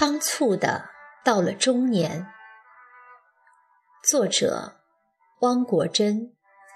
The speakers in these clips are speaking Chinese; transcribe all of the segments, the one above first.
仓促地到了中年。作者汪国真。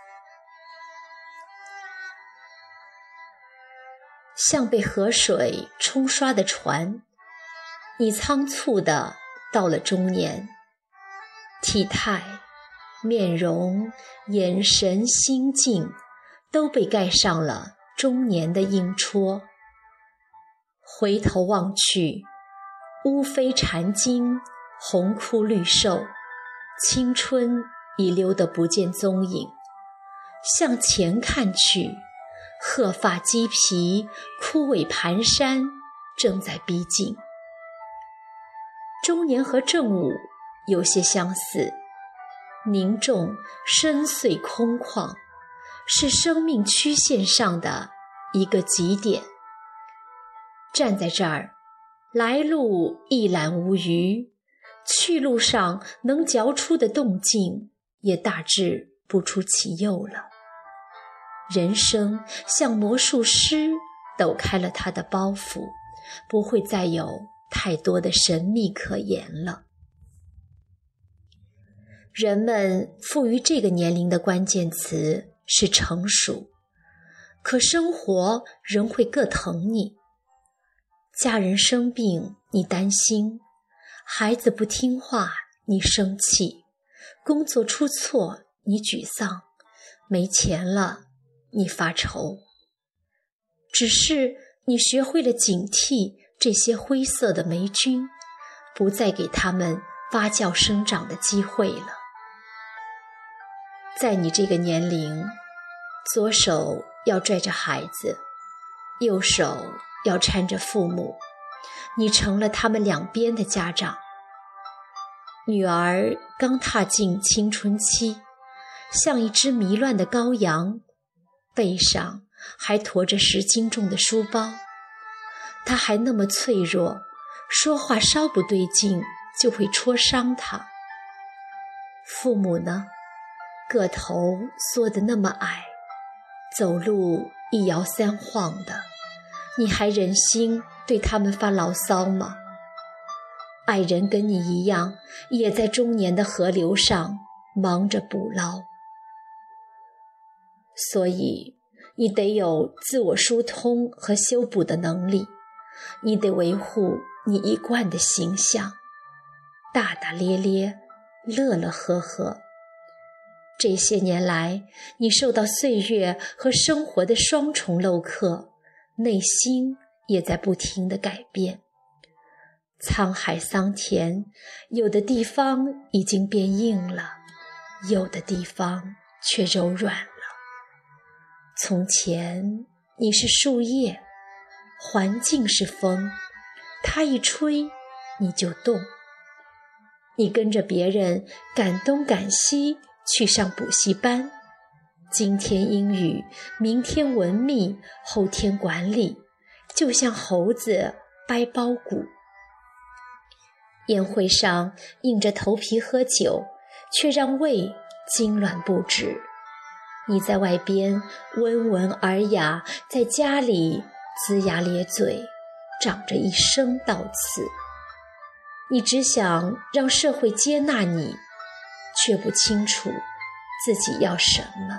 像被河水冲刷的船，你仓促地到了中年，体态、面容、眼神、心境都被盖上了中年的印戳。回头望去，乌飞蝉惊，红枯绿瘦，青春已溜得不见踪影。向前看去，鹤发鸡皮，枯萎蹒跚，正在逼近。中年和正午有些相似，凝重、深邃、空旷，是生命曲线上的一个极点。站在这儿，来路一览无余，去路上能嚼出的动静也大致不出其右了。人生像魔术师抖开了他的包袱，不会再有太多的神秘可言了。人们赋予这个年龄的关键词是成熟，可生活仍会各疼你。家人生病，你担心；孩子不听话，你生气；工作出错，你沮丧；没钱了，你发愁。只是你学会了警惕这些灰色的霉菌，不再给它们发酵生长的机会了。在你这个年龄，左手要拽着孩子，右手要搀着父母，你成了他们两边的家长。女儿刚踏进青春期，像一只迷乱的羔羊，背上还驮着10斤重的书包。她还那么脆弱，说话稍不对劲就会戳伤她。父母呢，个头缩得那么矮，走路一摇三晃的，你还忍心对他们发牢骚吗？爱人跟你一样，也在中年的河流上忙着捕捞。所以你得有自我疏通和修补的能力，你得维护你一贯的形象，大大咧咧，乐乐呵呵。这些年来，你受到岁月和生活的双重镂刻，内心也在不停地改变。沧海桑田，有的地方已经变硬了，有的地方却柔软了。从前你是树叶，环境是风，它一吹你就动。你跟着别人赶东赶西去上补习班，今天英语，明天文秘，后天管理，就像猴子掰苞谷。宴会上硬着头皮喝酒，却让胃痉挛不止。你在外边温文尔雅，在家里龇牙咧嘴，长着一身倒刺。你只想让社会接纳你，却不清楚自己要什么。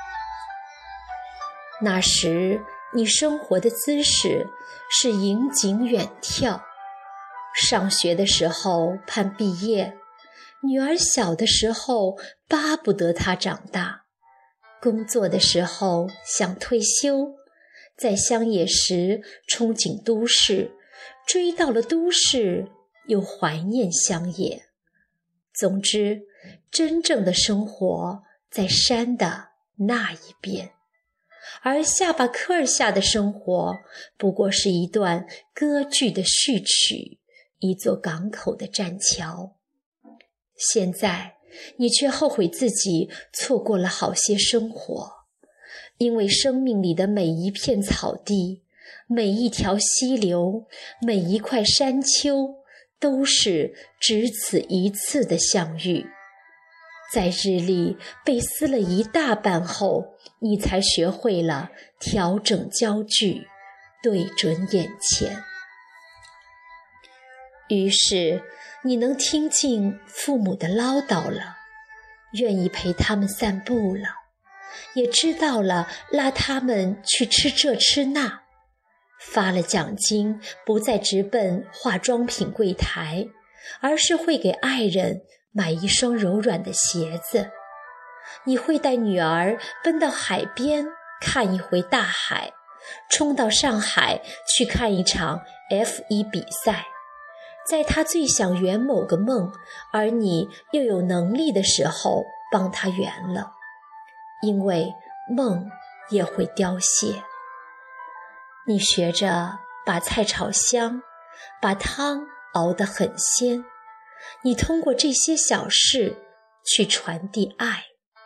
那时你生活的姿势是迎景远眺，上学的时候盼毕业，女儿小的时候巴不得她长大，工作的时候想退休，在乡野时憧憬都市，追到了都市又怀念乡野。总之，真正的生活在山的那一边，而下巴颏儿下的生活不过是一段歌剧的序曲，一座港口的栈桥。现在你却后悔自己错过了好些生活，因为生命里的每一片草地，每一条溪流，每一块山丘，都是只此一次的相遇。在日历被撕了一大半后，你才学会了调整焦距，对准眼前。 于是你能听进父母的唠叨了，愿意陪他们散步了，也知道了拉他们去吃这吃那，发了奖金不再直奔化妆品柜台，而是会给爱人买一双柔软的鞋子。你会带女儿奔到海边看一回大海，冲到上海去看一场 F1 比赛，在她最想圆某个梦，而你又有能力的时候帮她圆了，因为梦也会凋谢。你学着把菜炒香，把汤熬得很鲜，你通过这些小事去传递爱。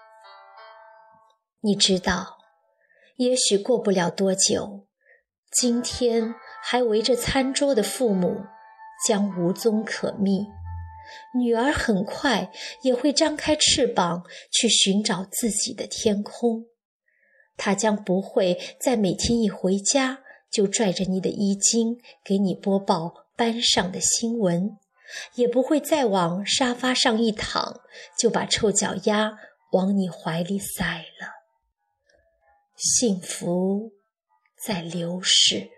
你知道，也许过不了多久，今天还围着餐桌的父母将无踪可觅，女儿很快也会张开翅膀去寻找自己的天空。她将不会在每天一回家就拽着你的衣襟给你播报班上的新闻，也不会再往沙发上一躺就把臭脚丫往你怀里塞了。幸福在流逝，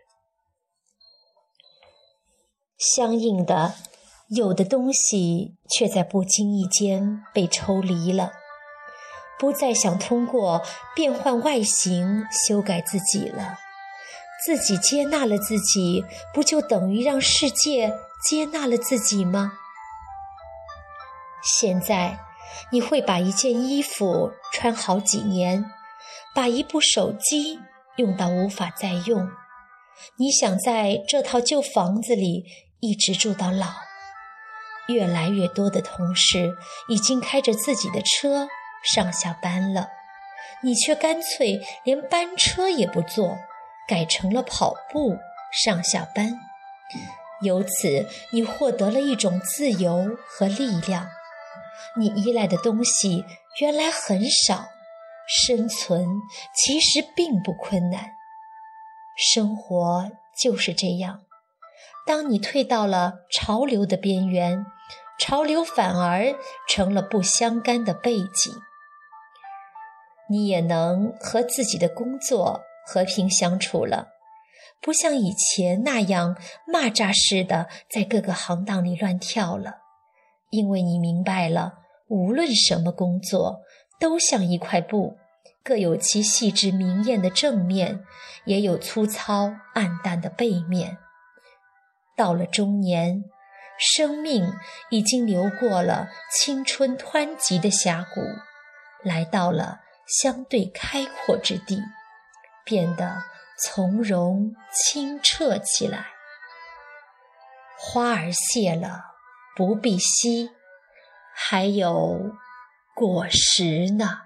相应的，有的东西却在不经意间被抽离了，不再想通过变换外形修改自己了。自己接纳了自己，不就等于让世界接纳了自己吗？现在你会把一件衣服穿好几年，把一部手机用到无法再用，你想在这套旧房子里一直住到老。越来越多的同事已经开着自己的车上下班了，你却干脆连班车也不坐，改成了跑步上下班。由此你获得了一种自由和力量，你依赖的东西原来很少，生存其实并不困难。生活就是这样，当你退到了潮流的边缘，潮流反而成了不相干的背景。你也能和自己的工作和平相处了，不像以前那样蚂蚱似的在各个行当里乱跳了，因为你明白了，无论什么工作都像一块布，各有其细致明艳的正面，也有粗糙暗淡的背面。到了中年，生命已经流过了青春湍急的峡谷，来到了相对开阔之地，变得从容清澈起来。花儿谢了不必惜，还有果实呢。